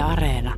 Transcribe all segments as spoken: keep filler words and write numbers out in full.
Areena.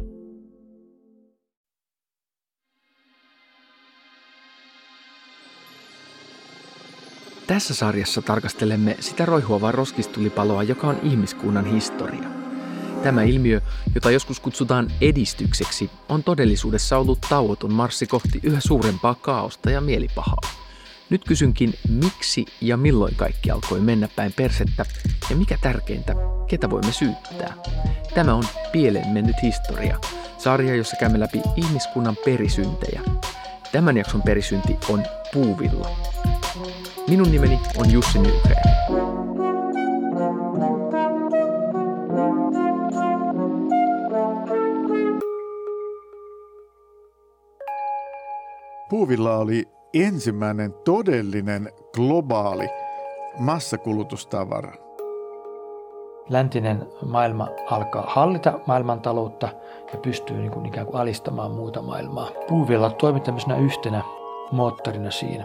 Tässä sarjassa tarkastelemme sitä roihuavaa roskistulipaloa, joka on ihmiskunnan historia. Tämä ilmiö, jota joskus kutsutaan edistykseksi, on todellisuudessa ollut tauoton marssi kohti yhä suurempaa kaaosta ja mielipahaa. Nyt kysynkin, miksi ja milloin kaikki alkoi mennä päin persettä ja mikä tärkeintä, ketä voimme syyttää. Tämä on Pieleen mennyt historia, sarja, jossa käymme läpi ihmiskunnan perisyntejä. Tämän jakson perisynti on puuvilla. Minun nimeni on Jussi Nygren. Puuvilla oli ensimmäinen todellinen globaali massakulutustavara. Läntinen maailma alkaa hallita maailmantaloutta ja pystyy niin kuin ikään kuin alistamaan muuta maailmaa. Puuvilla toimi tämmöisenä yhtenä moottorina siinä.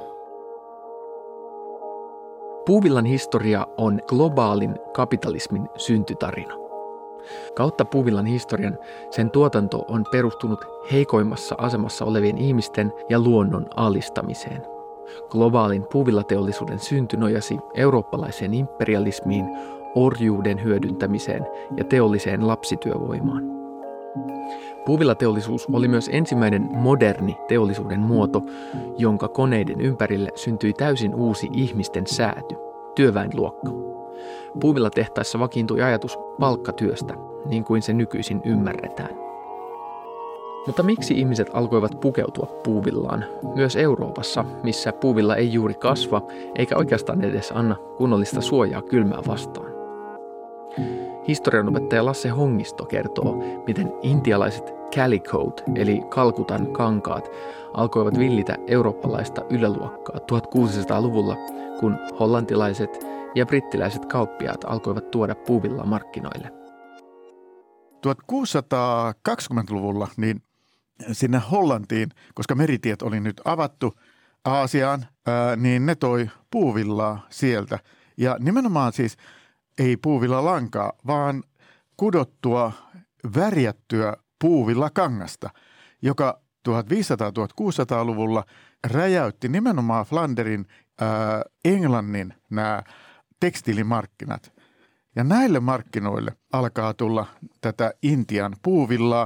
Puuvillan historia on globaalin kapitalismin syntytarina. Kautta puuvillan historian sen tuotanto on perustunut heikoimmassa asemassa olevien ihmisten ja luonnon alistamiseen. Globaalin puuvillateollisuuden synty nojasi eurooppalaiseen imperialismiin, orjuuden hyödyntämiseen ja teolliseen lapsityövoimaan. Puuvillateollisuus oli myös ensimmäinen moderni teollisuuden muoto, jonka koneiden ympärille syntyi täysin uusi ihmisten sääty, työväenluokka. Puuvillatehtaissa vakiintui ajatus palkkatyöstä, niin kuin se nykyisin ymmärretään. Mutta miksi ihmiset alkoivat pukeutua puuvillaan, myös Euroopassa, missä puuvilla ei juuri kasva, eikä oikeastaan edes anna kunnollista suojaa kylmää vastaan? Historianopettaja Lasse Hongisto kertoo, miten intialaiset calicoat eli Kalkutan kankaat alkoivat villitä eurooppalaista yläluokkaa tuhatkuusisataaluvulla, kun hollantilaiset ja brittiläiset kauppiaat alkoivat tuoda puuvillaa markkinoille. tuhatkuusisataakaksikymmentäluvulla niin sinne Hollantiin, koska meritiet oli nyt avattu Aasiaan, ää, niin ne toi puuvillaa sieltä. Ja nimenomaan siis ei puuvillalankaa, vaan kudottua, värjättyä puuvillakangasta, joka tuhatviisisataa-tuhatkuusisataaluvulla räjäytti nimenomaan Flanderin, ää, Englannin nämä tekstiilimarkkinat. Ja näille markkinoille alkaa tulla tätä Intian puuvillaa,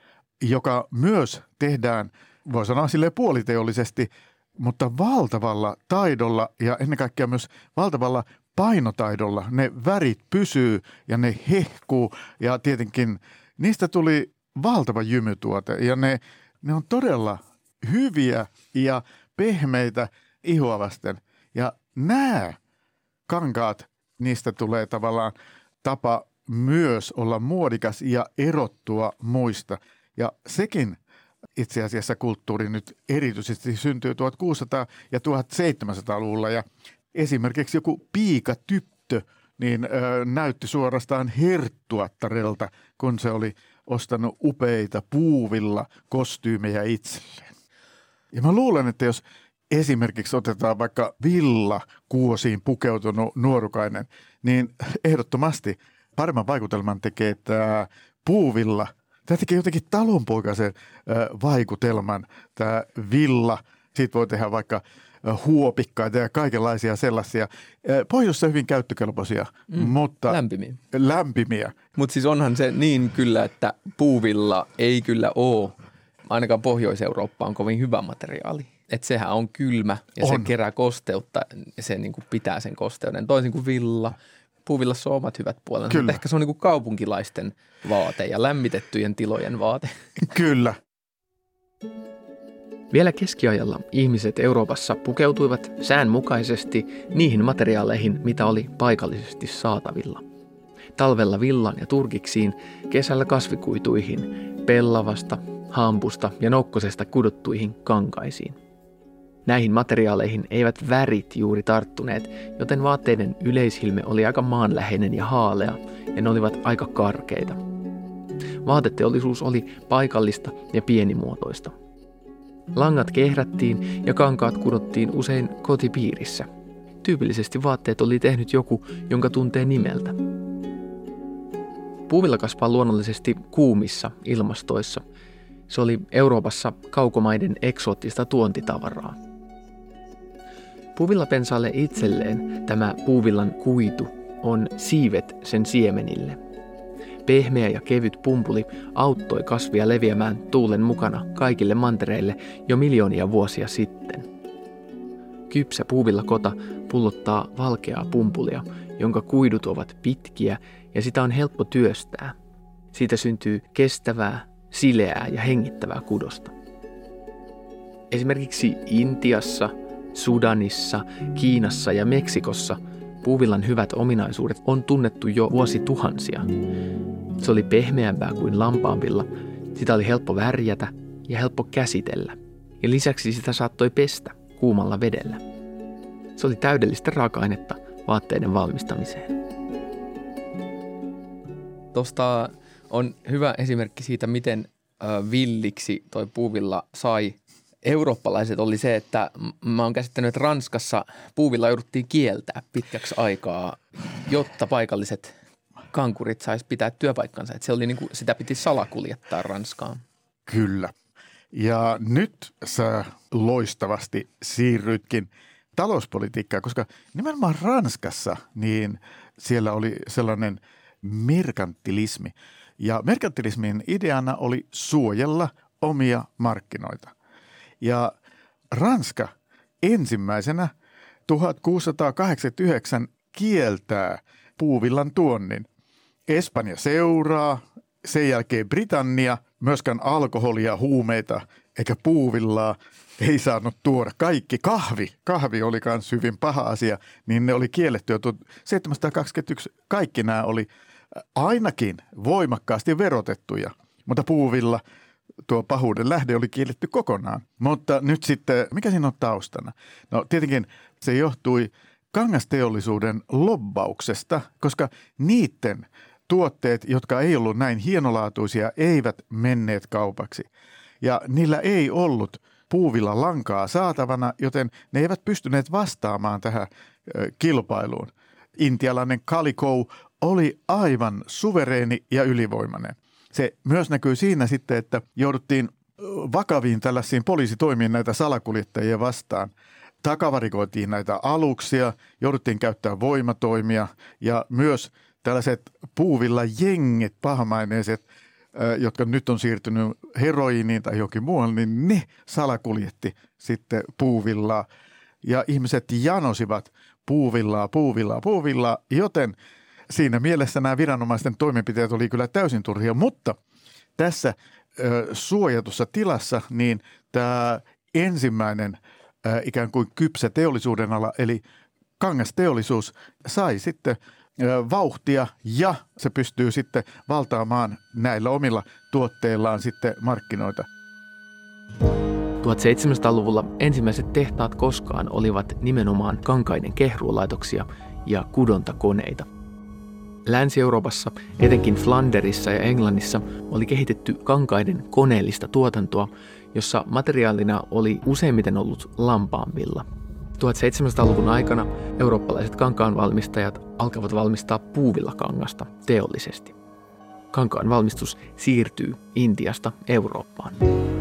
joka myös tehdään, voi sanoa silleen puoliteollisesti, mutta valtavalla taidolla ja ennen kaikkea myös valtavalla painotaidolla. Ne värit pysyy ja ne hehkuu ja tietenkin niistä tuli valtava jymytuote ja ne, ne on todella hyviä ja pehmeitä ihoa vasten. Ja nämä kankaat, niistä tulee tavallaan tapa myös olla muodikas ja erottua muista. Ja sekin itse asiassa kulttuuri nyt erityisesti syntyy tuhatkuusisataa- ja tuhatseitsemänsataaluvulla. Ja esimerkiksi joku piikatyttö niin ö, näytti suorastaan herttuattarelta, kun se oli ostanut upeita puuvilla kostyymejä itselleen. Ja mä luulen, että jos esimerkiksi otetaan vaikka villakuosiin pukeutunut nuorukainen, niin ehdottomasti paremman vaikutelman tekee tämä puuvilla. Tämä tekee jotenkin talonpoikaisen vaikutelman, tämä villa. Siitä voi tehdä vaikka huopikkaita ja kaikenlaisia sellaisia. Pohjoissa hyvin käyttökelpoisia, mm, mutta lämpimiä. lämpimiä. Mutta siis onhan se niin kyllä, että puuvilla ei kyllä ole, ainakaan Pohjois-Eurooppa on kovin hyvä materiaali. Että sehän on kylmä ja on. Se kerää kosteutta ja se niin kuin pitää sen kosteuden. Toisin kuin villa. Puuvillassa on omat hyvät puolensa. Kyllä. Ehkä se on niin kuin kaupunkilaisten vaate ja lämmitettyjen tilojen vaate. Kyllä. Vielä keskiajalla ihmiset Euroopassa pukeutuivat säänmukaisesti niihin materiaaleihin, mitä oli paikallisesti saatavilla. Talvella villan ja turkiksiin, kesällä kasvikuituihin, pellavasta, hampusta ja nokkosesta kudottuihin kankaisiin. Näihin materiaaleihin eivät värit juuri tarttuneet, joten vaatteiden yleishilme oli aika maanläheinen ja haalea, ja ne olivat aika karkeita. Vaateteollisuus oli paikallista ja pienimuotoista. Langat kehrättiin ja kankaat kudottiin usein kotipiirissä. Tyypillisesti vaatteet oli tehnyt joku, jonka tuntee nimeltä. Puuvilla kasvaa luonnollisesti kuumissa ilmastoissa. Se oli Euroopassa kaukomaiden eksoottista tuontitavaraa. Puuvillapensaalle itselleen tämä puuvillan kuitu on siivet sen siemenille. Pehmeä ja kevyt pumpuli auttoi kasvia leviämään tuulen mukana kaikille mantereille jo miljoonia vuosia sitten. Kypsä puuvillakota pullottaa valkeaa pumpulia, jonka kuidut ovat pitkiä ja sitä on helppo työstää. Siitä syntyy kestävää, sileää ja hengittävää kudosta. Esimerkiksi Intiassa, Sudanissa, Kiinassa ja Meksikossa puuvillan hyvät ominaisuudet on tunnettu jo vuosituhansia. Se oli pehmeämpää kuin lampaanvilla, sitä oli helppo värjätä ja helppo käsitellä. Ja lisäksi sitä saattoi pestä kuumalla vedellä. Se oli täydellistä raaka-ainetta vaatteiden valmistamiseen. Tuosta on hyvä esimerkki siitä, miten villiksi toi puuvilla sai eurooppalaiset, oli se, että mä oon käsittänyt, että Ranskassa puuvilla jouduttiin kieltää pitkäksi aikaa, jotta paikalliset kankurit sais pitää työpaikkansa. Että se oli niin kuin, sitä piti salakuljettaa Ranskaan. Kyllä. Ja nyt sä loistavasti siirrytkin talouspolitiikkaan, koska nimenomaan Ranskassa niin siellä oli sellainen merkantilismi. Ja merkantilismin ideana oli suojella omia markkinoita. Ja Ranska ensimmäisenä tuhatkuusisataakahdeksankymmentäyhdeksän kieltää puuvillan tuonnin. Espanja seuraa, sen jälkeen Britannia, myöskään alkoholia, huumeita eikä puuvillaa ei saanut tuoda. Kaikki kahvi, kahvi oli myös hyvin paha asia, niin ne oli kielletty jo tuhatseitsemänsataakaksikymmentäyksi. Kaikki nämä oli ainakin voimakkaasti verotettuja, mutta puuvilla tuo pahuuden lähde oli kielletty kokonaan. Mutta nyt sitten, mikä siinä on taustana? No tietenkin se johtui kangasteollisuuden lobbauksesta, koska niiden tuotteet, jotka ei ollut näin hienolaatuisia, eivät menneet kaupaksi. Ja niillä ei ollut puuvilla lankaa saatavana, joten ne eivät pystyneet vastaamaan tähän kilpailuun. Intialainen Calico oli aivan suvereeni ja ylivoimainen. Se myös näkyy siinä sitten, että jouduttiin vakaviin tällaisiin poliisitoimiin näitä salakuljettajia vastaan. Takavarikoitiin näitä aluksia, jouduttiin käyttämään voimatoimia ja myös tällaiset puuvilla jengit, pahamaineiset, jotka nyt on siirtynyt heroiniin tai johonkin muualle, niin ne salakuljetti sitten puuvillaa. Ja ihmiset janosivat puuvillaa, puuvillaa, puuvillaa, joten siinä mielessä nämä viranomaisten toimenpiteet oli kyllä täysin turhia, mutta tässä ö, suojatussa tilassa niin tämä ensimmäinen ö, ikään kuin kypsä teollisuuden ala, eli kangasteollisuus sai sitten ö, vauhtia ja se pystyy sitten valtaamaan näillä omilla tuotteillaan sitten markkinoita. tuhatseitsemänsataaluvulla ensimmäiset tehtaat koskaan olivat nimenomaan kankaiden kehruulaitoksia ja kudontakoneita. Länsi-Euroopassa, etenkin Flanderissa ja Englannissa, oli kehitetty kankaiden koneellista tuotantoa, jossa materiaalina oli useimmiten ollut lampaanvilla. tuhatseitsemänsataaluvun aikana eurooppalaiset kankaanvalmistajat alkavat valmistaa puuvillakangasta teollisesti. Kankaan valmistus siirtyy Intiasta Eurooppaan.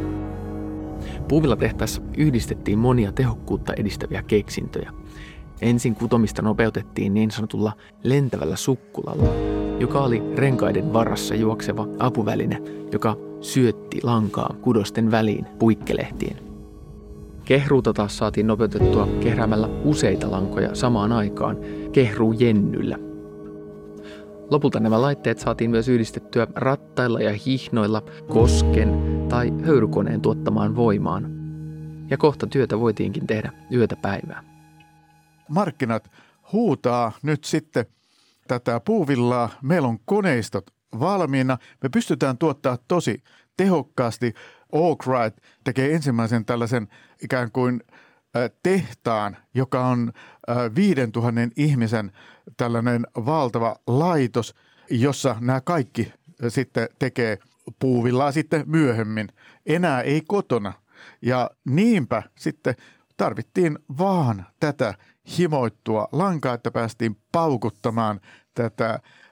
Puuvillatehtaissa yhdistettiin monia tehokkuutta edistäviä keksintöjä. Ensin kutomista nopeutettiin niin sanotulla lentävällä sukkulalla, joka oli renkaiden varassa juokseva apuväline, joka syötti lankaa kudosten väliin puikkelehtien. Kehruuta taas saatiin nopeutettua kehräämällä useita lankoja samaan aikaan kehruujennyllä. Lopulta nämä laitteet saatiin myös yhdistettyä rattailla ja hihnoilla kosken tai höyrykoneen tuottamaan voimaan. Ja kohta työtä voitiinkin tehdä yötä päivää. Markkinat huutaa nyt sitten tätä puuvillaa. Meillä on koneistot valmiina. Me pystytään tuottaa tosi tehokkaasti. Arkwright tekee ensimmäisen tällaisen ikään kuin tehtaan, joka on viidentuhannen ihmisen tällainen valtava laitos, jossa nämä kaikki sitten tekee puuvillaa sitten myöhemmin. Enää ei kotona. Ja niinpä sitten tarvittiin vaan tätä himoittua lankaa, että päästiin paukuttamaan tätä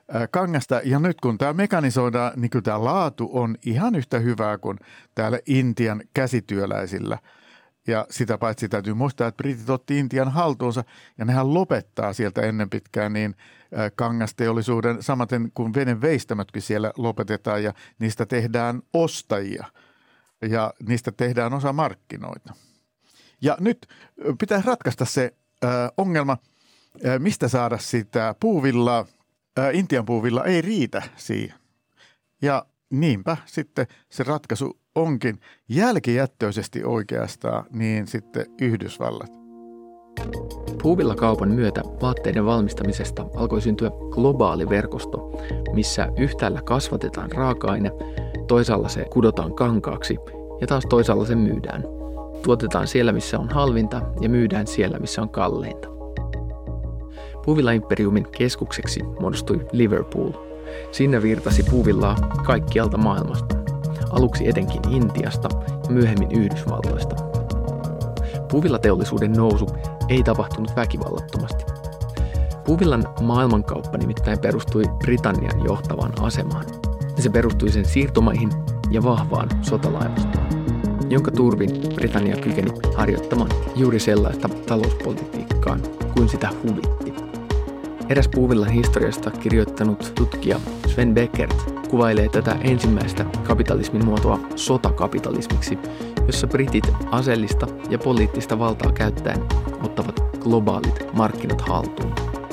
kangasta. Ja nyt kun tämä mekanisoidaan, niin kyllä tämä laatu on ihan yhtä hyvää kuin täällä Intian käsityöläisillä. Ja sitä paitsi täytyy muistaa, että britit otti Intian haltuunsa ja nehän lopettaa sieltä ennen pitkään niin kangasteollisuuden, samaten kuin veneveistämötkin siellä lopetetaan ja niistä tehdään ostajia ja niistä tehdään osa markkinoita. Ja nyt pitää ratkaista se äh, ongelma, äh, mistä saada sitä puuvillaa. Äh, Intian puuvilla ei riitä siihen. Ja niinpä sitten se ratkaisu onkin jälkijättöisesti oikeastaan niin sitten Yhdysvallat. Puuvillakaupan myötä vaatteiden valmistamisesta alkoi syntyä globaali verkosto, missä yhtäällä kasvatetaan raaka-aine, toisaalla se kudotaan kankaaksi ja taas toisaalla se myydään. Tuotetaan siellä, missä on halvinta ja myydään siellä, missä on kalleinta. Puuvilla-imperiumin keskukseksi muodostui Liverpool. Sinne virtasi puuvillaa kaikkialta maailmasta. Aluksi etenkin Intiasta ja myöhemmin Yhdysvalloista. Puuvillateollisuuden nousu ei tapahtunut väkivallattomasti. Puuvillan maailmankauppa nimittäin perustui Britannian johtavaan asemaan. Se perustui sen siirtomaihin ja vahvaan sotalaivastoon, jonka turvin Britannia kykeni harjoittamaan juuri sellaista talouspolitiikkaa kuin sitä huvitti. Eräs puuvillan historiasta kirjoittanut tutkija Sven Beckert kuvailee tätä ensimmäistä kapitalismin muotoa sotakapitalismiksi, jossa britit aseellista ja poliittista valtaa käyttäen ottavat globaalit markkinat haltuun.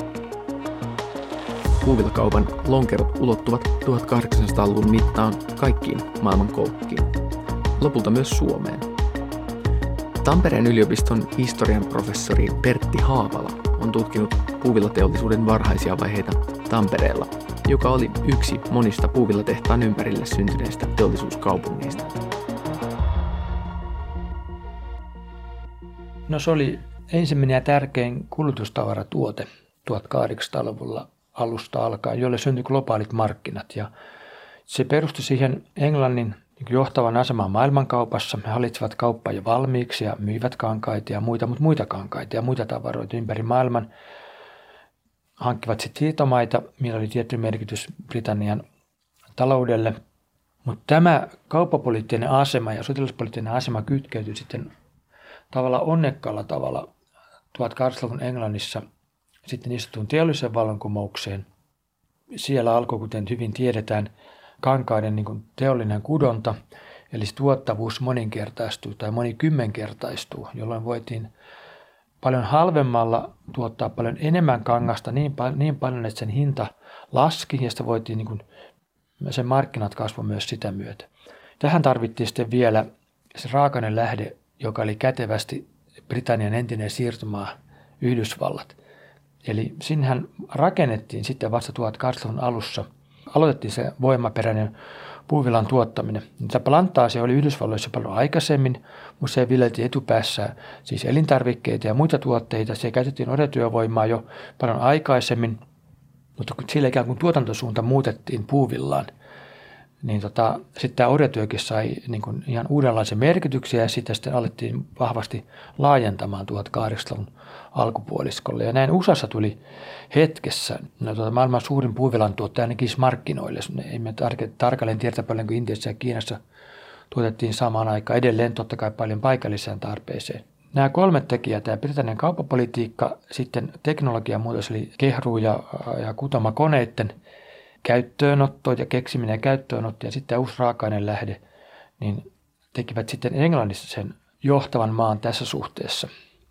Puuvillakaupan lonkerot ulottuvat tuhatkahdeksansataaluvun mittaan kaikkiin maailman kolkkiin, lopulta myös Suomeen. Tampereen yliopiston historian professori Pertti Haavala on tutkinut puuvillateollisuuden varhaisia vaiheita Tampereella, joka oli yksi monista puuvillatehtaan ympärille syntyneistä teollisuuskaupungeista. No se oli ensimmäinen ja tärkein kulutustavaratuote tuhatkahdeksansataaluvulla alusta alkaen, jolle syntyi globaalit markkinat. Ja se perustui siihen Englannin johtavan asemaan maailmankaupassa. He hallitsivat kauppaa jo valmiiksi ja myivät kankaita ja muita, mutta muita kankaita ja muita tavaroita ympäri maailman. Hankkivat sitten siirtomaita, millä oli tietty merkitys Britannian taloudelle. Mutta tämä kauppapoliittinen asema ja sotilaspoliittinen asema kytkeytyi sitten tavallaan onnekkaalla tavalla tuhatkahdeksansataaluvun Englannissa sitten istuttuun teolliseen vallankumoukseen. Siellä alkoi, kuten hyvin tiedetään, kankaiden niin kuin teollinen kudonta, eli tuottavuus moninkertaistuu tai monikymmenkertaistuu, jolloin voitiin paljon halvemmalla tuottaa paljon enemmän kangasta niin, niin paljon, että sen hinta laski ja sitä voitiin, niin kuin, sen markkinat kasvoi myös sitä myötä. Tähän tarvittiin sitten vielä se raaka-aineen lähde, joka oli kätevästi Britannian entinen siirtomaa Yhdysvallat. Eli sinnehän rakennettiin sitten vasta tuhatkahdeksansataaluvun alussa, aloitettiin se voimaperäinen puuvillan tuottaminen. Tämä plantaasia oli Yhdysvalloissa paljon aikaisemmin, mutta se viljeltiin etupäässä siis elintarvikkeita ja muita tuotteita. Se käytettiin orjatyövoimaa jo paljon aikaisemmin, mutta sillä ikään kuin tuotantosuunta muutettiin puuvillaan, niin tota, sitten tämä orjatyökin sai niin kuin ihan uudenlaisia merkityksiä ja sitä sitten alettiin vahvasti laajentamaan tuhatkahdeksansataaluvun alkupuoliskolle. Ja näin U S A:ssa tuli hetkessä no, tuota, maailman suurin puuvillan tuottaja ainakin markkinoille. Emme tar- tarkalleen tiedä paljon kuin Intiassa ja Kiinassa tuotettiin samaan aikaan edelleen totta kai paljon paikalliseen tarpeeseen. Nämä kolme tekijää, tämä Britannian kauppapolitiikka, sitten teknologiamuutos eli kehruu ja, ja kutomakoneiden käyttöönotto ja keksiminen ja käyttöönotto ja sitten uusi raaka-aineen lähde, niin tekivät sitten Englannissa sen johtavan maan tässä suhteessa.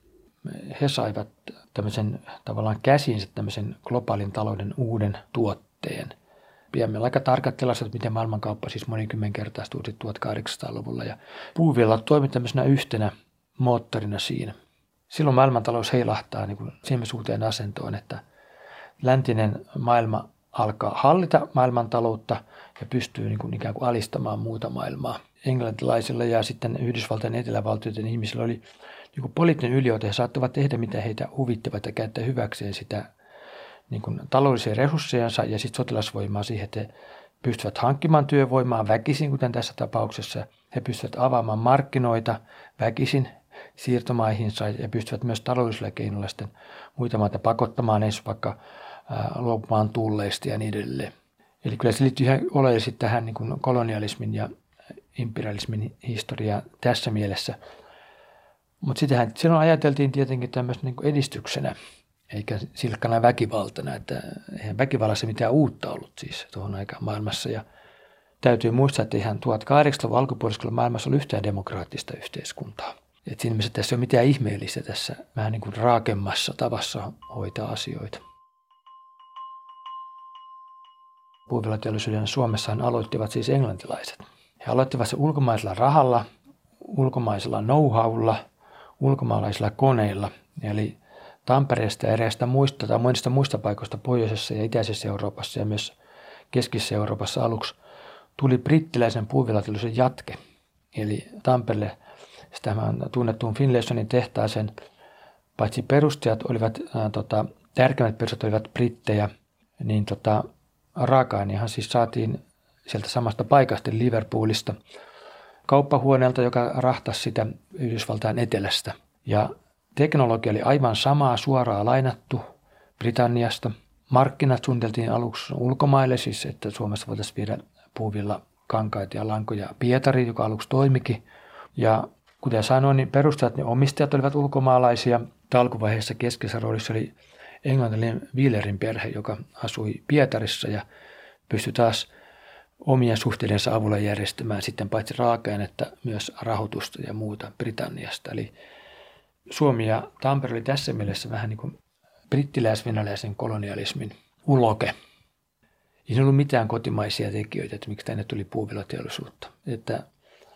He saivat tämmöisen tavallaan käsiinsä tämmöisen globaalin talouden uuden tuotteen. Pian meillä on aika tarkat tilastot, miten maailmankauppa siis monikymmenkertaistui tuhatkahdeksansataaluvulla ja puuvilla toimi tämmöisenä yhtenä moottorina siinä. Silloin maailmantalous heilahtaa niin kuin siihen uuteen asentoon, että läntinen maailma alkaa hallita maailmantaloutta ja pystyy niin kuin ikään kuin alistamaan muuta maailmaa. Englantilaisilla ja sitten Yhdysvaltain etelävaltioiden ihmisillä oli niin kuin poliittinen yliote. He saattavat tehdä, mitä heitä huvittavat ja käyttää hyväkseen sitä niin kuin taloudellisia resurssejansa ja sitten sotilasvoimaa siihen, että he pystyvät hankkimaan työvoimaa väkisin, kuten tässä tapauksessa. He pystyvät avaamaan markkinoita väkisin siirtomaihinsa ja pystyvät myös taloudellisilla keinoilla sitten muita maita pakottamaan, ensin vaikka luopumaan tulleista ja niin edelleen. Eli kyllä se liittyy ihan oleellisesti tähän niin kuin kolonialismin ja imperialismin historiaan tässä mielessä. Mutta sitähän silloin ajateltiin tietenkin tämmöistä niin kuin edistyksenä, eikä silkkana väkivaltana, että eihän väkivallassa mitään uutta ollut siis tuohon aikaan maailmassa. Ja täytyy muistaa, että ihan tuhatkahdeksansataaluvun alkupuoliskalla maailmassa oli yhtään demokraattista yhteiskuntaa. Et siinä mielessä tässä ei ole mitään ihmeellistä tässä vähän niin kuin raakemmassa tavassa hoitaa asioita. Puuvillateollisuuden Suomessahan aloittivat siis englantilaiset. He aloittivat se ulkomaisella rahalla, ulkomaisella know-howlla, ulkomaalaisilla koneilla. Eli Tampereesta ja eräistä muista tai monista muista paikoista pohjoisessa ja itäisessä Euroopassa ja myös keskisessä Euroopassa aluksi tuli brittiläisen puuvillateollisuuden jatke. Eli Tampereelle tämän tunnettuun Finlaysonin tehtaaseen paitsi perustajat olivat, ää, tota, tärkeimmät perustajat olivat brittejä, niin tota, raaka-ainehan siis saatiin sieltä samasta paikasta Liverpoolista kauppahuoneelta, joka rahtasi sitä Yhdysvaltain etelästä. Ja teknologia oli aivan samaa, suoraan lainattu Britanniasta. Markkinat suunniteltiin aluksi ulkomaille, siis että Suomessa voitaisiin viedä puuvilla kankaita ja lankoja Pietariin, joka aluksi toimikin. Ja kuten sanoin, niin perustajat, niin omistajat olivat ulkomaalaisia. Alkuvaiheessa keskeisessä roolissa oli englantilainen Wheelerin perhe, joka asui Pietarissa ja pystyi taas omien suhteidensa avulla järjestämään sitten paitsi raaka-ainetta myös rahoitusta ja muuta Britanniasta. Eli Suomi ja Tampere oli tässä mielessä vähän niin kuin brittiläis-venäläisen kolonialismin uloke. Ei ollut mitään kotimaisia tekijöitä, että miksi tänne tuli puuvillateollisuutta. Että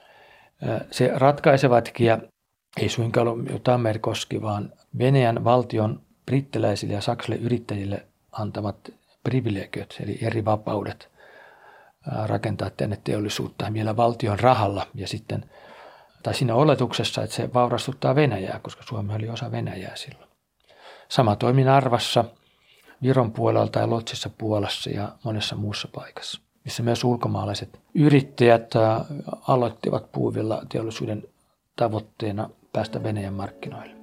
se ratkaiseva tekijä ei suinkaan ollut Tammeri koski, vaan Venäjän valtion brittiläisille ja saksalaisille yrittäjille antamat privilegiot, eli eri vapaudet rakentaa tänne teollisuutta vielä valtion rahalla ja sitten, tai siinä oletuksessa, että se vaurastuttaa Venäjää, koska Suomi oli osa Venäjää silloin. Sama toimi Narvassa, Viron puolella tai Lotsissa Puolassa ja monessa muussa paikassa, missä myös ulkomaalaiset yrittäjät aloittivat puuvilla teollisuuden tavoitteena päästä Venäjän markkinoille.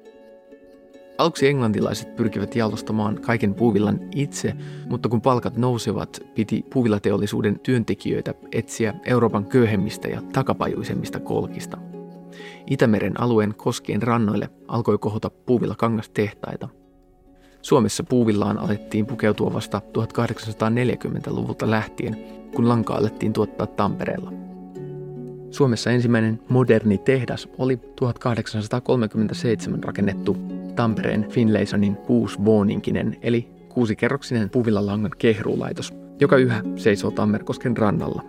Aluksi englantilaiset pyrkivät jalostamaan kaiken puuvillan itse, mutta kun palkat nousevat, piti puuvillateollisuuden työntekijöitä etsiä Euroopan köyhemmistä ja takapajuisemmista kolkista. Itämeren alueen koskien rannoille alkoi kohota puuvillakangastehtaita. Suomessa puuvillaan alettiin pukeutua vasta tuhatkahdeksansataaneljäkymmentäluvulta lähtien, kun lankaa alettiin tuottaa Tampereella. Suomessa ensimmäinen moderni tehdas oli tuhatkahdeksansataakolmekymmentäseitsemän rakennettu Tampereen Finlaysonin kuusivooningsinen eli kuusikerroksinen puuvillalangan kehruulaitos, joka yhä seisoo Tammerkosken rannalla.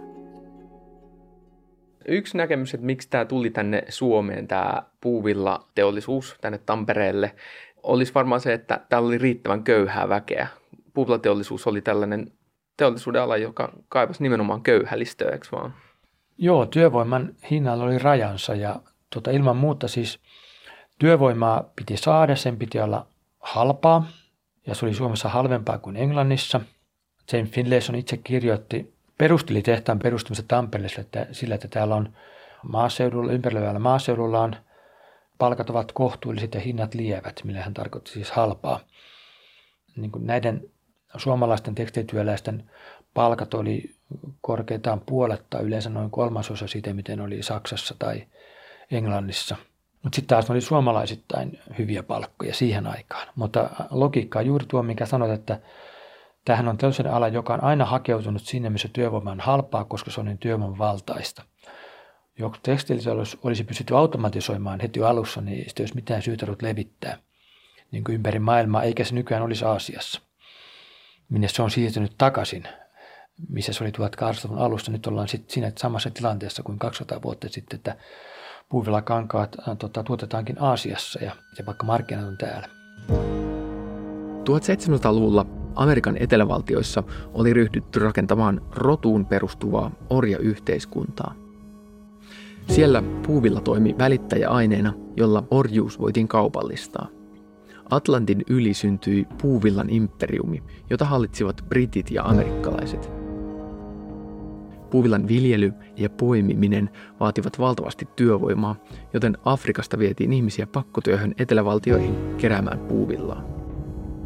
Yksi näkemys, että miksi tämä tuli tänne Suomeen, tämä puuvillateollisuus tänne Tampereelle, olisi varmaan se, että täällä oli riittävän köyhää väkeä. Puuvillateollisuus oli tällainen teollisuuden ala, joka kaipasi nimenomaan köyhälistöä, eikö vaan? Joo, työvoiman hinnalla oli rajansa ja tuota, ilman muuta siis työvoimaa piti saada, sen piti olla halpaa ja se oli Suomessa halvempaa kuin Englannissa. James Finlayson itse kirjoitti, perusteli tehtaan perustamista Tampereelle että sillä, että täällä on maaseudulla, ympäröivällä maaseudulla on palkat ovat kohtuulliset ja hinnat lievät, millä hän tarkoitti siis halpaa. Niin kuin näiden suomalaisten tekstityöläisten palkat oli korkeintaan puolet tai yleensä noin kolmasosa siitä, miten oli Saksassa tai Englannissa. Mutta sitten taas oli suomalaisittain hyviä palkkoja siihen aikaan. Mutta logiikka on juuri tuo, mikä sanot, että tämähän on teollisuuden ala, joka on aina hakeutunut sinne, missä työvoima on halpaa, koska se on niin työvoiman valtaista. Jos tekstiiliteollisuus olisi pystytty automatisoimaan heti alussa, niin sitä ei olisi mitään syytä ollut levittää niin kuin ympäri maailmaa, eikä se nykyään olisi Aasiassa, minne se on siirtynyt takaisin, missä se oli tuhatkahdeksansataaluvun alussa. Nyt ollaan sitten siinä samassa tilanteessa kuin kaksisataa vuotta sitten, että puuvillakankaat tota, tuotetaankin Aasiassa ja, ja vaikka markkinat on täällä. tuhatseitsemänsataaluvulla Amerikan etelävaltioissa oli ryhdytty rakentamaan rotuun perustuvaa orjayhteiskuntaa. Siellä puuvilla toimi välittäjäaineena, jolla orjuus voitiin kaupallistaa. Atlantin yli syntyi puuvillan imperiumi, jota hallitsivat britit ja amerikkalaiset. Puuvillan viljely ja poimiminen vaativat valtavasti työvoimaa, joten Afrikasta vietiin ihmisiä pakkotyöhön etelävaltioihin keräämään puuvillaa.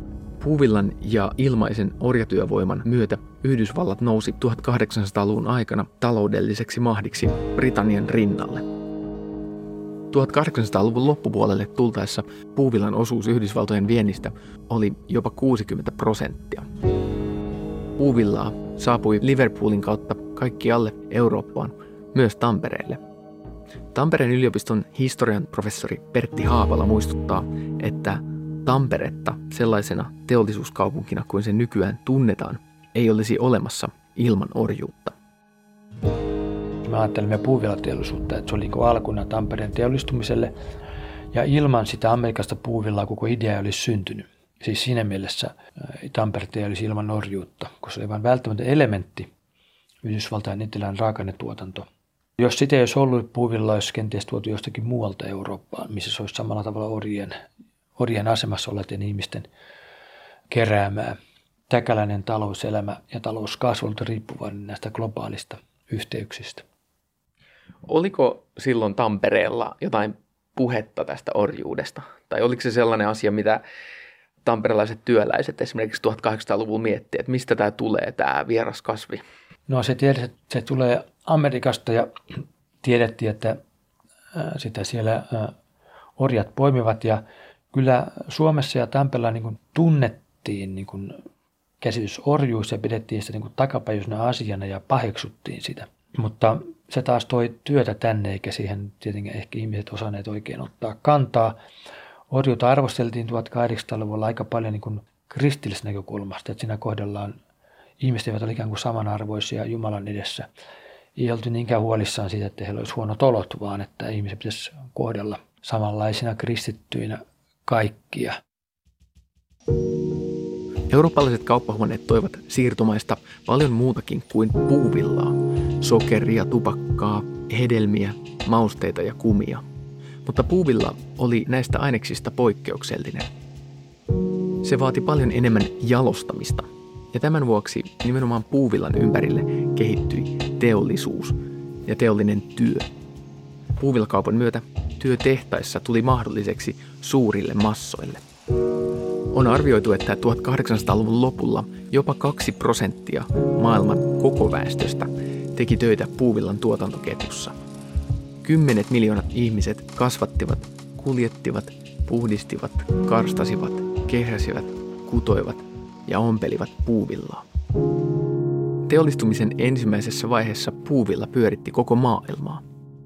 Puuvillan ja ilmaisen orjatyövoiman myötä Yhdysvallat nousi tuhatkahdeksansataaluvun aikana taloudelliseksi mahdiksi Britannian rinnalle. tuhatkahdeksansataaluvun loppupuolelle tultaessa puuvillan osuus Yhdysvaltojen viennistä oli jopa kuusikymmentä prosenttia. Puuvillaa saapui Liverpoolin kautta kaikkialle Eurooppaan, myös Tampereelle. Tampereen yliopiston historian professori Pertti Haapala muistuttaa, että Tamperetta sellaisena teollisuuskaupunkina kuin se nykyään tunnetaan, ei olisi olemassa ilman orjuutta. Me ajattelemme puuvillateollisuutta, että se oli alkuna Tampereen teollistumiselle, ja ilman sitä Amerikasta puuvillaa koko idea olisi syntynyt. Siis siinä mielessä Tamperetta ei olisi ilman orjuutta, koska se oli vain välttämätön elementti Yhdysvaltain etelän raaka-ainetuotanto. Jos sitä ei olisi ollut, puuvilla olisi kenties tuotu jostakin muualta Eurooppaan, missä se olisi samalla tavalla orjien, orjien asemassa olleiden ihmisten keräämää. Täkäläinen talouselämä ja talouskasvu oli riippuvainen näistä globaalista yhteyksistä. Oliko silloin Tampereella jotain puhetta tästä orjuudesta? Tai oliko se sellainen asia, mitä tamperelaiset työläiset esimerkiksi tuhatkahdeksansataaluvulla miettii, että mistä tämä tulee, tämä vieras kasvi? No se tiedettiin, että se tulee Amerikasta ja tiedettiin, että sitä siellä orjat poimivat. Ja kyllä Suomessa ja Tampereella niin kuin tunnettiin niin kuin käsitys orjuus ja pidettiin sitä niin kuin takapäiväisenä asiana ja paheksuttiin sitä. Mutta se taas toi työtä tänne, eikä siihen tietenkin ehkä ihmiset osanneet oikein ottaa kantaa. Orjuutta arvosteltiin tuhatkahdeksansataaluvulla aika paljon niin kuin kristillisestä näkökulmasta, että siinä kohdellaan ihmiset eivät ole ikään kuin samanarvoisia Jumalan edessä. Ei oltu niinkään huolissaan siitä, että heillä olisi huonot olot, vaan että ihmiset pitäisi kohdella samanlaisina kristittyinä kaikkia. Eurooppalaiset kauppahuoneet toivat siirtomaista paljon muutakin kuin puuvillaa, sokeria, tupakkaa, hedelmiä, mausteita ja kumia. Mutta puuvilla oli näistä aineksista poikkeuksellinen. Se vaati paljon enemmän jalostamista, ja tämän vuoksi nimenomaan puuvillan ympärille kehittyi teollisuus ja teollinen työ. Puuvillakaupan myötä työ tehtaissa tuli mahdolliseksi suurille massoille. On arvioitu, että tuhatkahdeksansataaluvun lopulla jopa kaksi prosenttia maailman koko väestöstä teki töitä puuvillan tuotantoketjussa. Kymmenet miljoonat ihmiset kasvattivat, kuljettivat, puhdistivat, karstasivat, kehräsivät, kutoivat ja ompelivat puuvillaa. Teollistumisen ensimmäisessä vaiheessa puuvilla pyöritti koko maailmaa.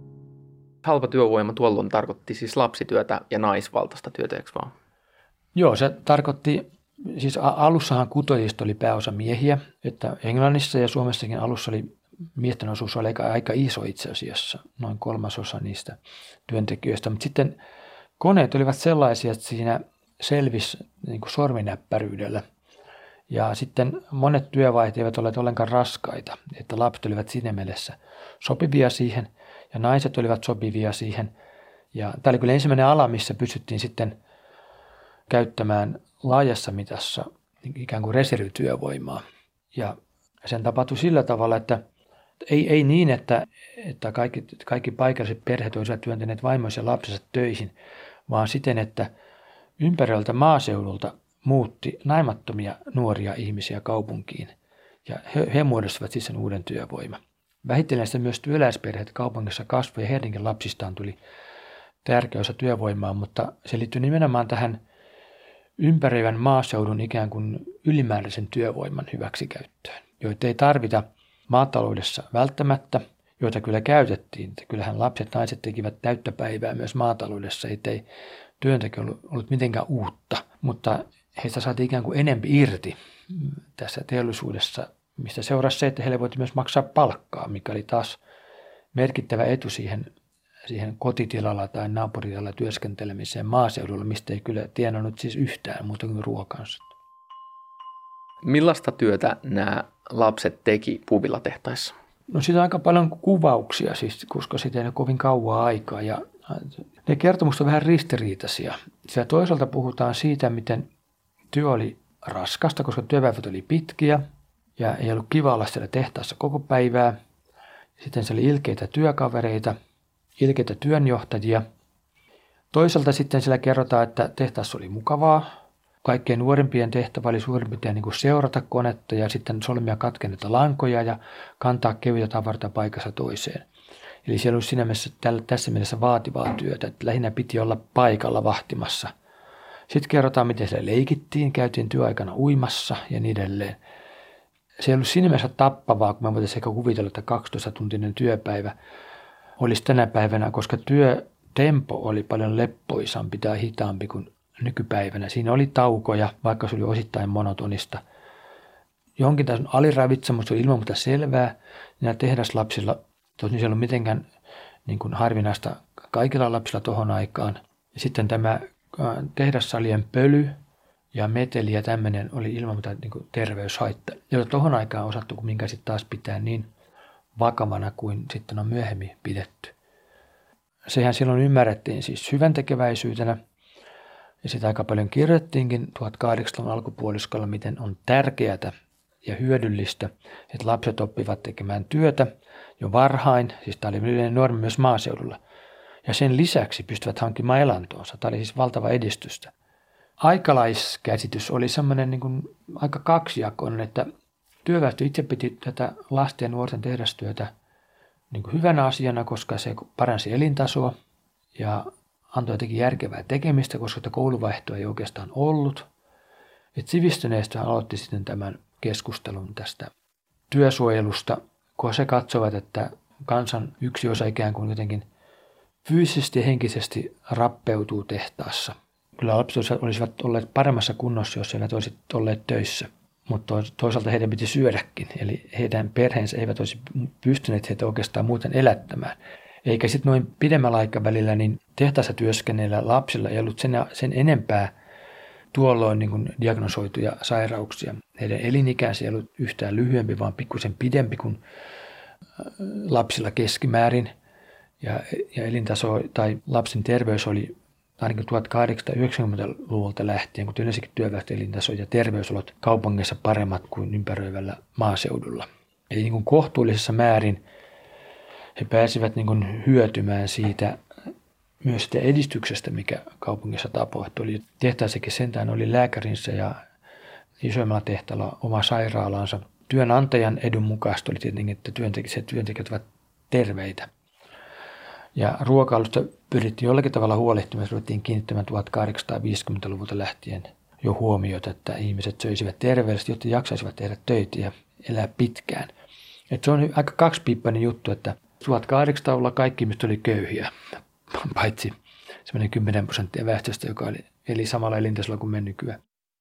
Halpa työvoima tuolloin tarkoitti siis lapsityötä ja naisvaltaista työtä, eikö vaan? Joo, se tarkoitti, siis alussahan kutojista oli pääosa miehiä, että Englannissa ja Suomessakin alussa oli miesten osuus oli aika, aika iso itse asiassa, noin kolmasosa niistä työntekijöistä, mutta sitten koneet olivat sellaisia, että siinä selvisi niin kuin sorminäppäryydellä. Ja sitten monet työvaiheet eivät olleet ollenkaan raskaita, että lapset olivat siinä mielessä sopivia siihen ja naiset olivat sopivia siihen. Ja tämä oli kyllä ensimmäinen ala, missä pystyttiin sitten käyttämään laajassa mitassa ikään kuin reservityövoimaa. Ja sen tapahtui sillä tavalla, että ei, ei niin, että, että kaikki, kaikki paikalliset perheet olisivat työntäneet vaimonsa ja lapsensa töihin, vaan siten, että ympäröiltä maaseudulta muutti naimattomia nuoria ihmisiä kaupunkiin, ja he, he muodostivat siis sen uuden työvoiman. Vähitellen myös työläisperheet kaupungissa kasvoi, ja heidänkin lapsistaan tuli tärkeä osa työvoimaa, mutta se liittyy nimenomaan tähän ympäröivän maaseudun ikään kuin ylimääräisen työvoiman hyväksikäyttöön, joita ei tarvita maataloudessa välttämättä, joita kyllä käytettiin. Kyllähän lapset ja naiset tekivät täyttä päivää myös maataloudessa, ettei työnteko ollut mitenkään uutta, mutta heistä saatiin ikään kuin enempi irti tässä teollisuudessa, mistä seurasi se, että heille voitiin myös maksaa palkkaa, mikä oli taas merkittävä etu siihen, siihen kotitilalla tai naapuritilalla työskentelemiseen maaseudulla, mistä ei kyllä tienannut siis yhtään muuta kuin ruokansa. Millaista työtä nämä lapset teki puuvillatehtaissa? No siitä on aika paljon kuvauksia, siis, koska siitä ei ole kovin kauaa aikaa. Ja ne kertomukset on vähän ristiriitaisia. Siellä toisaalta puhutaan siitä, miten työ oli raskasta, koska työpäivät oli pitkiä ja ei ollut kiva olla siellä tehtaassa koko päivää. Sitten siellä oli ilkeitä työkavereita, ilkeitä työnjohtajia. Toisaalta sitten siellä kerrotaan, että tehtaassa oli mukavaa, Kaikkein nuorimpien tehtävä oli suurin piirtein niin kuin seurata konetta ja sitten solmia katkenneita lankoja ja kantaa kevyitä tavaraa paikassa toiseen. Eli siellä oli siinä mielessä, tässä mielessä vaativaa työtä, että lähinnä piti olla paikalla vahtimassa. Sitten kerrotaan, miten siellä leikittiin, käytiin työaikana uimassa ja niin edelleen. Se ei ollut siinä mielessä tappavaa, kun mä voitaisiin ehkä kuvitella, että kaksitoista-tuntinen työpäivä olisi tänä päivänä, koska työtempo oli paljon leppoisampi tai hitaampi kuin nykypäivänä. Siinä oli taukoja, vaikka se oli osittain monotonista. Jonkin tason aliravitsemus oli ilman muuta selvää. Nämä tehdaslapsilla, tosin se ei ollut mitenkään niin kuin harvinaista kaikilla lapsilla tohon aikaan. Ja sitten tämä tehdassalien pöly ja meteli ja tämmöinen oli ilman muuta niin kuin terveyshaitta, jota tohon aikaan on osattu, minkä sitten taas pitää niin vakavana kuin sitten on myöhemmin pidetty. Sehän silloin ymmärrettiin siis hyväntekeväisyytenä, ja sitä aika paljon kirjoittiinkin tuhatkahdeksansataaluvun alkupuoliskolla, miten on tärkeää ja hyödyllistä, että lapset oppivat tekemään työtä jo varhain, siis tämä oli yleinen normi myös maaseudulla, ja sen lisäksi pystyvät hankkimaan elantoonsa. Tämä oli siis valtava edistystä. Aikalaiskäsitys oli semmoinen niin kuin aika kaksijakoinen, että työväestö itse piti tätä lasten ja nuorten tehdastyötä niin kuin hyvänä asiana, koska se paransi elintasoa ja antoi jotenkin järkevää tekemistä, koska kouluvaihtoa ei oikeastaan ollut. Et sivistyneistö aloitti sitten tämän keskustelun tästä työsuojelusta, kun he katsovat, että kansan yksi osa ikään kuin jotenkin fyysisesti ja henkisesti rappeutuu tehtaassa. Kyllä lapset olisivat olleet paremmassa kunnossa, jos he eivät olisi olleet töissä, mutta toisaalta heidän piti syödäkin, eli heidän perheensä eivät olisi pystyneet heitä oikeastaan muuten elättämään. Eikä sitten noin pidemmällä aikavälillä niin tehtaassa työskennellä lapsilla ei ollut sen, sen enempää tuolloin niin kuin diagnosoituja sairauksia. Heidän elinikänsä ei ollut yhtään lyhyempi, vaan pikkusen pidempi kuin lapsilla keskimäärin. Ja, ja elintaso tai lapsen terveys oli ainakin tuhatkahdeksansataayhdeksänkymmentäluvulta lähtien, kun yleensäkin työväestön elintaso ja terveysolot kaupungeissa paremmat kuin ympäröivällä maaseudulla. Eli niin kuin kohtuullisessa määrin he pääsivät niin kuin hyötymään siitä myös sitä edistyksestä, mikä kaupungissa tapahtui. Eli tehtaassakin sentään oli lääkärinsä ja isoimmalla tehtaalla oma sairaalansa. Työnantajan edun mukaista oli tietenkin, että työntekijät, työntekijät ovat terveitä. Ja ruokailusta pyrittiin jollakin tavalla huolehtimaan, ruvettiin kiinnittämään tuhatkahdeksansataaviisikymmentäluvulta lähtien jo huomiota, että ihmiset söisivät terveellisesti, jotta jaksaisivat tehdä töitä ja elää pitkään. Et se on aika kaksipiippainen juttu, että tuhatkahdeksansataaluvulla kaikki ihmiset oli köyhiä, paitsi semmoinen kymmenen prosenttia väestöstä, joka oli, eli samalla elintasolla kuin me nykyään.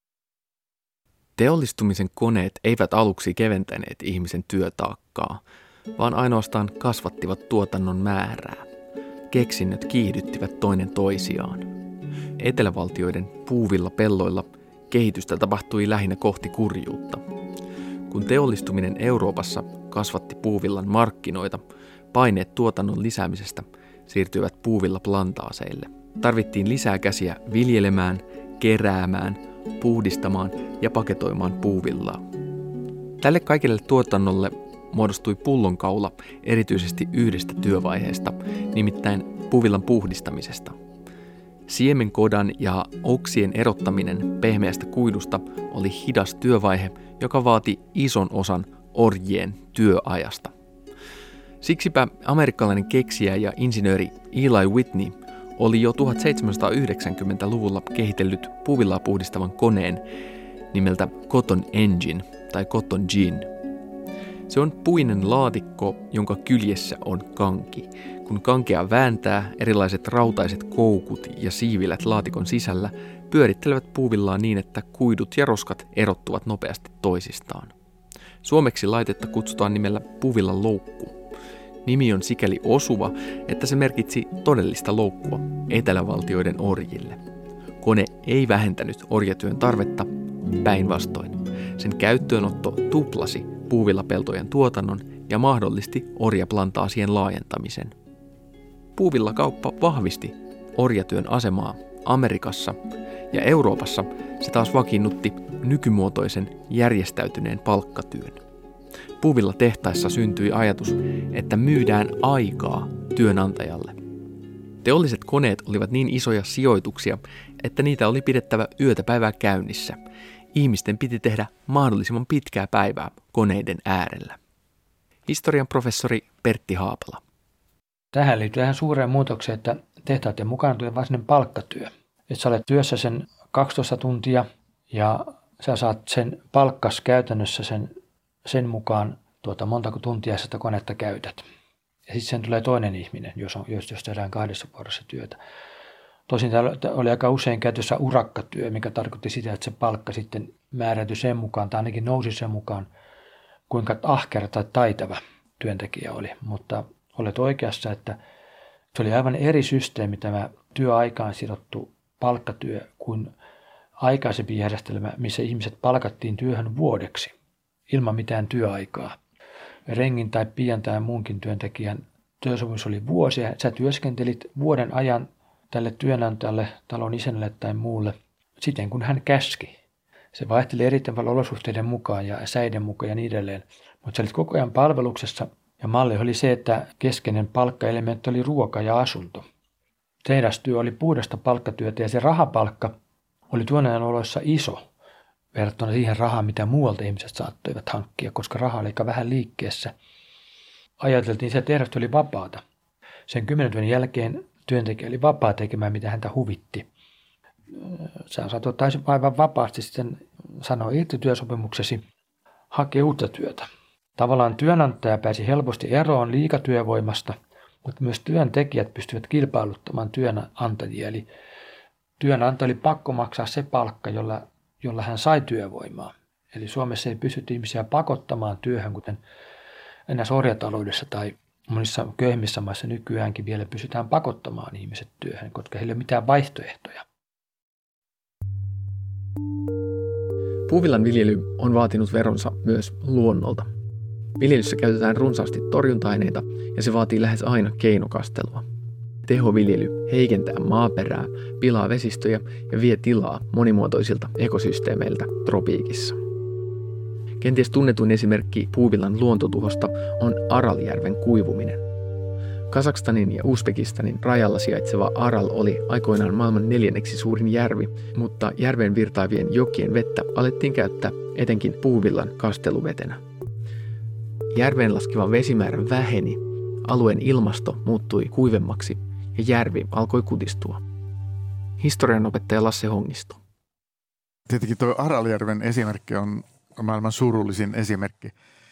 Teollistumisen koneet eivät aluksi keventäneet ihmisen työtaakkaa, vaan ainoastaan kasvattivat tuotannon määrää. Keksinnöt kiihdyttivät toinen toisiaan. Etelävaltioiden puuvilla pelloilla kehitystä tapahtui lähinnä kohti kurjuutta. Kun teollistuminen Euroopassa kasvatti puuvillan markkinoita, paineet tuotannon lisäämisestä siirtyivät puuvilla plantaaseille. Tarvittiin lisää käsiä viljelemään, keräämään, puhdistamaan ja paketoimaan puuvillaa. Tälle kaikille tuotannolle muodostui pullonkaula erityisesti yhdestä työvaiheesta, nimittäin puuvillan puhdistamisesta. Siemenkodan ja oksien erottaminen pehmeästä kuidusta oli hidas työvaihe, joka vaati ison osan orjien työajasta. Siksipä amerikkalainen keksijä ja insinööri Eli Whitney oli jo tuhatseitsemänsataayhdeksänkymmentäluvulla kehitellyt puuvillaa puhdistavan koneen nimeltä Cotton Engine tai Cotton Gin. Se on puinen laatikko, jonka kyljessä on kanki. Kun kankea vääntää, erilaiset rautaiset koukut ja siivilät laatikon sisällä pyörittelevät puuvillaa niin, että kuidut ja roskat erottuvat nopeasti toisistaan. Suomeksi laitetta kutsutaan nimellä puuvillan loukku. Nimi on sikäli osuva, että se merkitsi todellista loukkua etelävaltioiden orjille. Kone ei vähentänyt orjatyön tarvetta, päinvastoin. Sen käyttöönotto tuplasi puuvillapeltojen tuotannon ja mahdollisti orjaplantaasien laajentamisen. Puuvillakauppa vahvisti orjatyön asemaa Amerikassa ja Euroopassa se taas vakiinnutti nykymuotoisen järjestäytyneen palkkatyön. Puuvillatehtaissa syntyi ajatus, että myydään aikaa työnantajalle. Teolliset Koneet olivat niin isoja sijoituksia, että niitä oli pidettävä yötä päivää käynnissä. Ihmisten piti tehdä mahdollisimman pitkää päivää koneiden äärellä. Historian professori Pertti Haapala. Tähän liittyy ihan suureen muutokseen, että tehtaiden mukaan tulee vain palkkatyö. Että sä olet työssä sen kaksitoista tuntia ja sä saat sen palkkas käytännössä sen, sen mukaan tuota, montako tuntia sitä konetta käytät. Ja sitten sen tulee toinen ihminen, jos, on, jos, jos tehdään kahdessa vuorossa työtä. Tosin täällä oli aika usein käytössä urakkatyö, mikä tarkoitti sitä, että se palkka sitten määräytyi sen mukaan, tai ainakin nousi sen mukaan, kuinka ahkera tai taitava työntekijä oli. Mutta olet oikeassa, että se oli aivan eri systeemi tämä työaikaan sidottu palkkatyö kuin aikaisempi järjestelmä, missä ihmiset palkattiin työhön vuodeksi ilman mitään työaikaa. Rengin tai pian tai muunkin työntekijän työsopimus oli vuosi ja sä työskentelit vuoden ajan tälle työnantajalle, talon isännälle tai muulle siten kun hän käski. Se vaihteli erittäin paljon olosuhteiden mukaan ja säiden mukaan ja niin edelleen, mutta sä olit koko ajan palveluksessa ja malli oli se, että keskeinen palkkaelementti oli ruoka ja asunto. Tehdastyö oli puhdasta palkkatyötä ja se rahapalkka oli tuon ajan oloissa iso verrattuna siihen rahaan, mitä muualta ihmiset saattoivat hankkia, koska raha oli aika vähän liikkeessä. Ajateltiin se, että tehdastyö oli vapaata. Sen kymmenen työn jälkeen työntekijä oli vapaa tekemään, mitä häntä huvitti. Sä saat täysin aivan vapaasti sitten sanoa irti työsopimuksesi, hakea uutta työtä. Tavallaan työnantaja pääsi helposti eroon liikatyövoimasta, mutta myös työntekijät pystyvät kilpailuttamaan työnantajia. Eli työnantaja oli pakko maksaa se palkka, jolla, jolla hän sai työvoimaa. Eli Suomessa ei pystytty ihmisiä pakottamaan työhön, kuten enää orjataloudessa tai monissa köyhimmissä maissa nykyäänkin vielä pystytään pakottamaan ihmiset työhön, koska heillä ei ole mitään vaihtoehtoja. Puuvillan viljely on vaatinut veronsa myös luonnolta. Viljelyssä käytetään runsaasti torjunta-aineita ja se vaatii lähes aina keinokastelua. Tehoviljely heikentää maaperää, pilaa vesistöjä ja vie tilaa monimuotoisilta ekosysteemeiltä tropiikissa. Kenties tunnetuin esimerkki puuvillan luontotuhosta on Araljärven kuivuminen. Kazakstanin ja Uzbekistanin rajalla sijaitseva Aral oli aikoinaan maailman neljänneksi suurin järvi, mutta järven virtaavien jokien vettä alettiin käyttää etenkin puuvillan kasteluvetenä. Järveen laskevan vesimäärä väheni, alueen ilmasto muuttui kuivemmaksi ja järvi alkoi kutistua. Historianopettaja Lasse Hongisto. Tietenkin tuo Araljärven esimerkki on maailman surullisin esimerkki.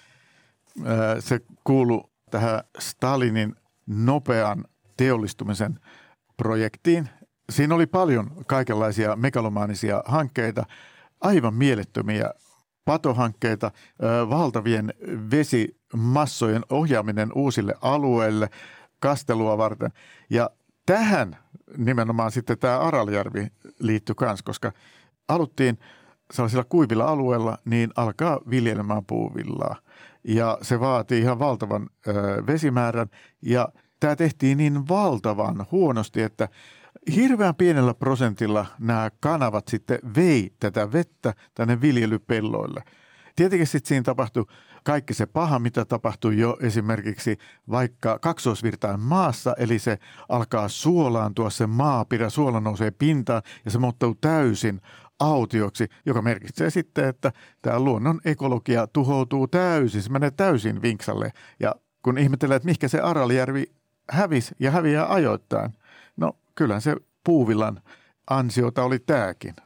Se kuului tähän Stalinin nopean teollistumisen projektiin. Siinä oli paljon kaikenlaisia megalomaanisia hankkeita, aivan mielettömiä patohankkeita, valtavien vesimassojen ohjaaminen uusille alueille kastelua varten. Ja tähän nimenomaan sitten tämä Araljärvi liittyi kanssa, koska aluttiin sellaisilla kuivilla alueilla niin alkaa viljelemään puuvillaa. Ja se vaatii ihan valtavan ö, vesimäärän ja tämä tehtiin niin valtavan huonosti, että hirveän pienellä prosentilla nämä kanavat sitten vei tätä vettä tänne viljelypelloille. Tietenkin sitten siinä tapahtui kaikki se paha, mitä tapahtui jo esimerkiksi vaikka kaksoisvirtain maassa, eli se alkaa suolaantua se maaperä, suola nousee pintaan ja se muuttuu täysin autioksi, joka merkitsee sitten, että tämä luonnon ekologia tuhoutuu täysin, se menee täysin vinksalle. Ja kun ihmetellään, että mihinkä se Araljärvi hävisi ja häviää ajoittain, no kyllähän se puuvillan ansiota oli tämäkin.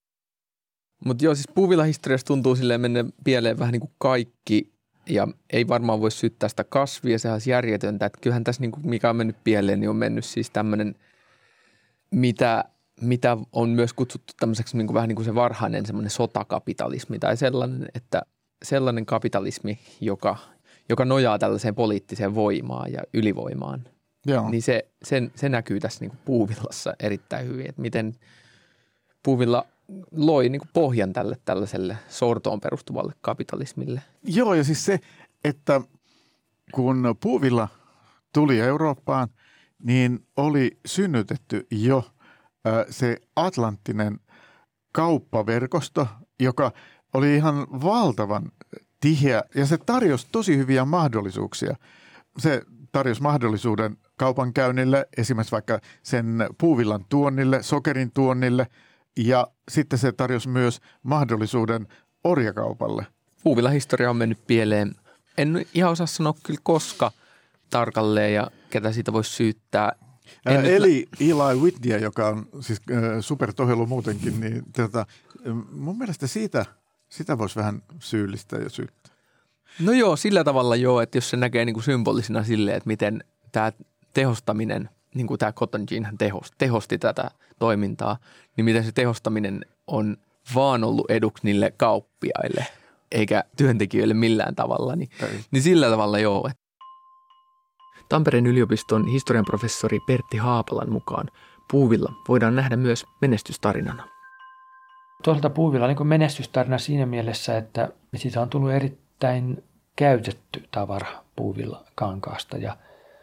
Mutta joo, siis puuvillahistoriassa tuntuu silleen mennä pieleen vähän niin kuin kaikki ja ei varmaan voi syyttää sitä kasvia, sehän olisi järjetöntä. Että kyllähän tässä niin kuin mikä on mennyt pieleen, niin on mennyt siis tämmöinen, mitä, mitä on myös kutsuttu tämmöiseksi niin kuin vähän niin kuin se varhainen semmoinen sotakapitalismi tai sellainen, että sellainen kapitalismi, joka, joka nojaa tällaiseen poliittiseen voimaan ja ylivoimaan. Joo. Niin se, se, se näkyy tässä niin kuin puuvillassa erittäin hyvin, että miten puuvilla loi niin kuin pohjan tälle tällaiselle sortoon perustuvalle kapitalismille. Joo, ja siis se, että kun puuvilla tuli Eurooppaan, niin oli synnytetty jo se atlanttinen kauppaverkosto, joka oli ihan valtavan tiheä ja se tarjosi tosi hyviä mahdollisuuksia. Se tarjosi mahdollisuuden kaupankäynnille, esimerkiksi vaikka sen puuvillan tuonnille, sokerin tuonnille, ja sitten se tarjosi myös mahdollisuuden orjakaupalle. Puuvillahistoria on mennyt pieleen. En ihan osaa sanoa kyllä koska tarkalleen ja ketä siitä voisi syyttää. En Eli Eli Whitney, joka on siis supertohelu muutenkin, niin tota, mun mielestä siitä, sitä voisi vähän syyllistää ja syyttää. No joo, sillä tavalla joo, että jos se näkee niin kuin symbolisena silleen, että miten tämä tehostaminen, niin kuin tämä Cotton Gin tehosti, tehosti tätä toimintaa, niin miten se tehostaminen on vaan ollut eduksi niille kauppiaille, eikä työntekijöille millään tavalla, niin, niin sillä tavalla joo. Tampereen yliopiston historian professori Pertti Haapalan mukaan puuvilla voidaan nähdä myös menestystarinana. Toisaalta puuvilla on niin kuin menestystarina siinä mielessä, että siitä on tullut erittäin käytetty tavara puuvilla kankaasta. Ja,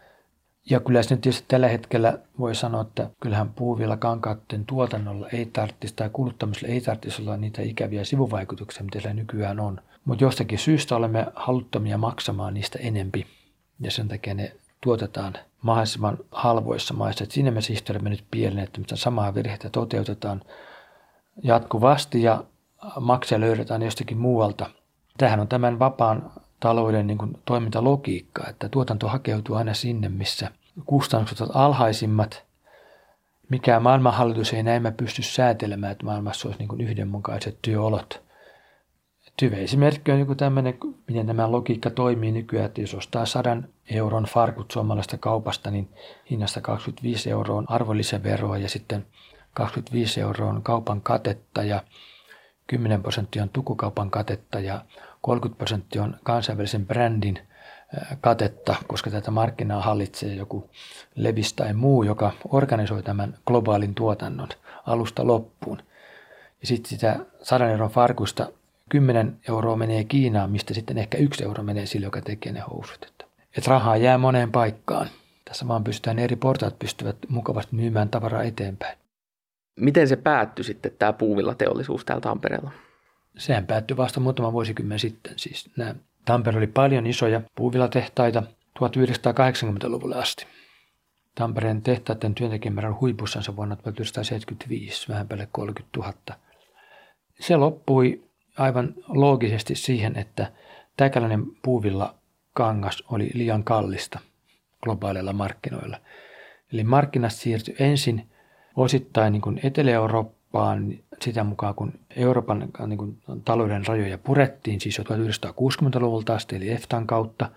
ja kyllä se nyt tietysti tällä hetkellä voi sanoa, että kyllähän puuvilla kankaiden tuotannolla ei tarvitsisi tai kuluttamisella ei tarvitsisi olla niitä ikäviä sivuvaikutuksia, mitä siellä nykyään on. Mutta jostakin syystä olemme haluttomia maksamaan niistä enempi ja sen takia ne tuotetaan mahdollisimman halvoissa maissa. Et siinä mielessä historia mennyt pieleen, että samaa virhettä toteutetaan jatkuvasti ja maksaja löydetään jostakin muualta. Tämähän on tämän vapaan talouden niin kuin toimintalogiikka, että tuotanto hakeutuu aina sinne, missä kustannukset ovat alhaisimmat. Mikään maailmanhallitus ei näin pysty säätelemään, että maailmassa olisi niin kuin yhdenmukaiset työolot. Hyvä esimerkki on joku tämmöinen, miten tämä logiikka toimii nykyään, että jos ostaa sadan euron farkut suomalaisesta kaupasta, niin hinnasta kaksikymmentäviisi euroa on arvonlisäveroa ja sitten kaksikymmentäviisi euroa on kaupan katetta ja kymmenen prosenttia on tukukaupan katetta ja kolmekymmentä prosenttia on kansainvälisen brändin katetta, koska tätä markkinaa hallitsee joku Levis tai muu, joka organisoi tämän globaalin tuotannon alusta loppuun. Ja sitten sitä sadan euron farkusta kymmenen euroa menee Kiinaan, mistä sitten ehkä yksi euro menee sille, joka tekee ne housut. Että et rahaa jää moneen paikkaan. Tässä vaan pystytään, eri portaat pystyvät mukavasti myymään tavaraa eteenpäin. Miten se päättyi sitten tämä puuvillateollisuus täällä Tampereella? Sehän päättyi vasta muutama vuosikymmen sitten. Siis nämä Tampere oli paljon isoja puuvillatehtaita tuhatyhdeksänsataakahdeksankymmentäluvulle asti. Tampereen tehtaiden työntekijämäärän huipussansa vuonna tuhatyhdeksänsataaseitsemänkymmentäviisi, vähän päälle kolmekymmentätuhatta. Se loppui aivan loogisesti siihen, että täkäläinen puuvillakangas oli liian kallista globaaleilla markkinoilla. Eli markkinat siirtyi ensin osittain niin kuin Etelä-Eurooppaan sitä mukaan, kun Euroopan niin kuin talouden rajoja purettiin, siis jo tuhatyhdeksänsataakuusikymmentäluvulta asti, eli EFTAn kautta.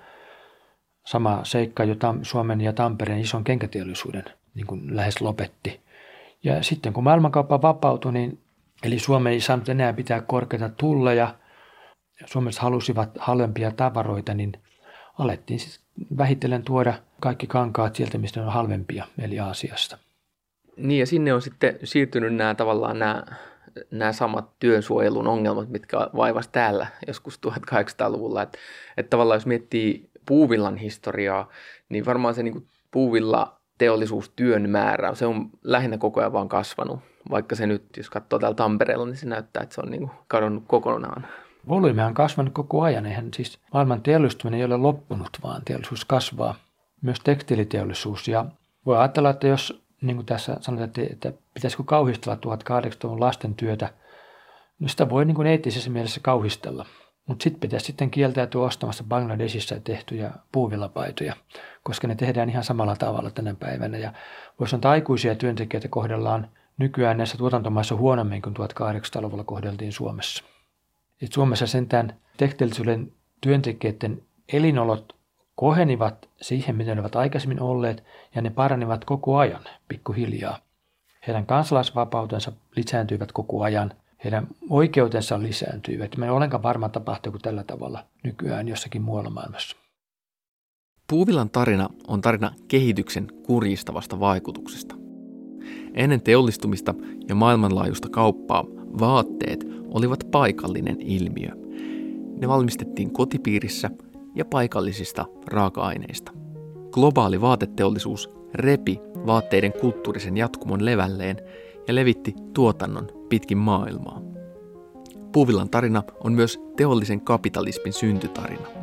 Sama seikka, jota Suomen ja Tampereen ison kenkäteollisuuden niin kuin lähes lopetti. Ja sitten kun maailmankauppa vapautui, niin eli Suomi ei saanut enää pitää korkeita tulleja, Suomessa halusivat halvempia tavaroita, niin alettiin sitten vähitellen tuoda kaikki kankaat sieltä, mistä ne on halvempia, eli Aasiasta. Niin ja sinne on sitten siirtynyt nämä tavallaan nämä, nämä samat työsuojelun ongelmat, mitkä vaivasi täällä joskus tuhatkahdeksansataaluvulla. Että, että tavallaan jos miettii puuvillan historiaa, niin varmaan se niin kuin puuvilla teollisuustyön määrä, se on lähinnä koko ajan vaan kasvanut. Vaikka se nyt, jos katsoo täällä Tampereella, niin se näyttää, että se on niin kuin kadonnut kokonaan. Volyymi on kasvanut koko ajan. Eihän siis maailman teollistuminen ei ole loppunut, vaan teollisuus kasvaa. Myös tekstiiliteollisuus. Ja voi ajatella, että jos, niin kuin tässä sanotaan, että, että pitäisikö kauhistella tuhatkahdeksansataaluvun lasten työtä, no sitä voi niin kuin eettisessä mielessä kauhistella. Mutta sitten pitäisi sitten kieltäytyä ostamassa Bangladesissa tehtyjä puuvillapaitoja, koska ne tehdään ihan samalla tavalla tänä päivänä. Ja voisi sanoa, että aikuisia työntekijöitä kohdellaan nykyään näissä tuotantomaissa huonommin kuin tuhatkahdeksansataaluvulla kohdeltiin Suomessa. Et Suomessa sentään tekstiilisuuden työntekijöiden elinolot kohenivat siihen, mitä ne ovat aikaisemmin olleet, ja ne paranivat koko ajan, pikkuhiljaa. Heidän kansalaisvapautensa lisääntyivät koko ajan, heidän oikeutensa lisääntyivät. Mä en ole ollenkaan varma, tapahtuuko tällä tavalla nykyään jossakin muualla maailmassa. Puuvillan tarina on tarina kehityksen kurjistavasta vaikutuksesta. Ennen teollistumista ja maailmanlaajuista kauppaa vaatteet olivat paikallinen ilmiö. Ne valmistettiin kotipiirissä ja paikallisista raaka-aineista. Globaali vaateteollisuus repi vaatteiden kulttuurisen jatkumon levälleen ja levitti tuotannon pitkin maailmaa. Puuvillan tarina on myös teollisen kapitalismin syntytarina.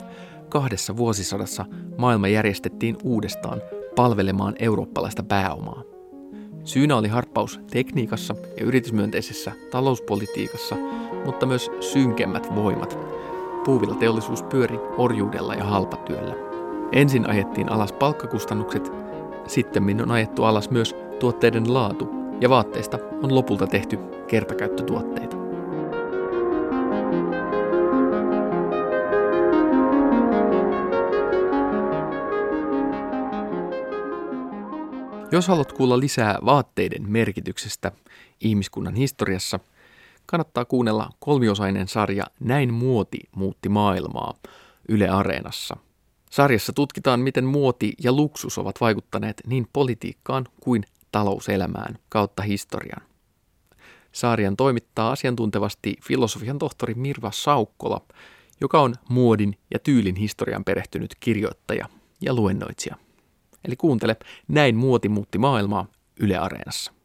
kahdessa vuosisadassa maailma järjestettiin uudestaan palvelemaan eurooppalaista pääomaa. Syynä oli harppaus tekniikassa ja yritysmyönteisessä talouspolitiikassa, mutta myös synkemmät voimat. Puuvillateollisuus pyöri orjuudella ja halpatyöllä. Ensin ajettiin alas palkkakustannukset, sittemmin on ajettu alas myös tuotteiden laatu, ja vaatteista on lopulta tehty kertakäyttötuotteita. Jos haluat kuulla lisää vaatteiden merkityksestä ihmiskunnan historiassa, kannattaa kuunnella kolmiosainen sarja Näin muoti muutti maailmaa Yle Areenassa. Sarjassa tutkitaan, miten muoti ja luksus ovat vaikuttaneet niin politiikkaan kuin talouselämään kautta historian. Sarjan toimittaa asiantuntevasti filosofian tohtori Mirva Saukkola, joka on muodin ja tyylin historian perehtynyt kirjoittaja ja luennoitsija. Eli kuuntele Näin muoti muutti maailmaa Yle Areenassa.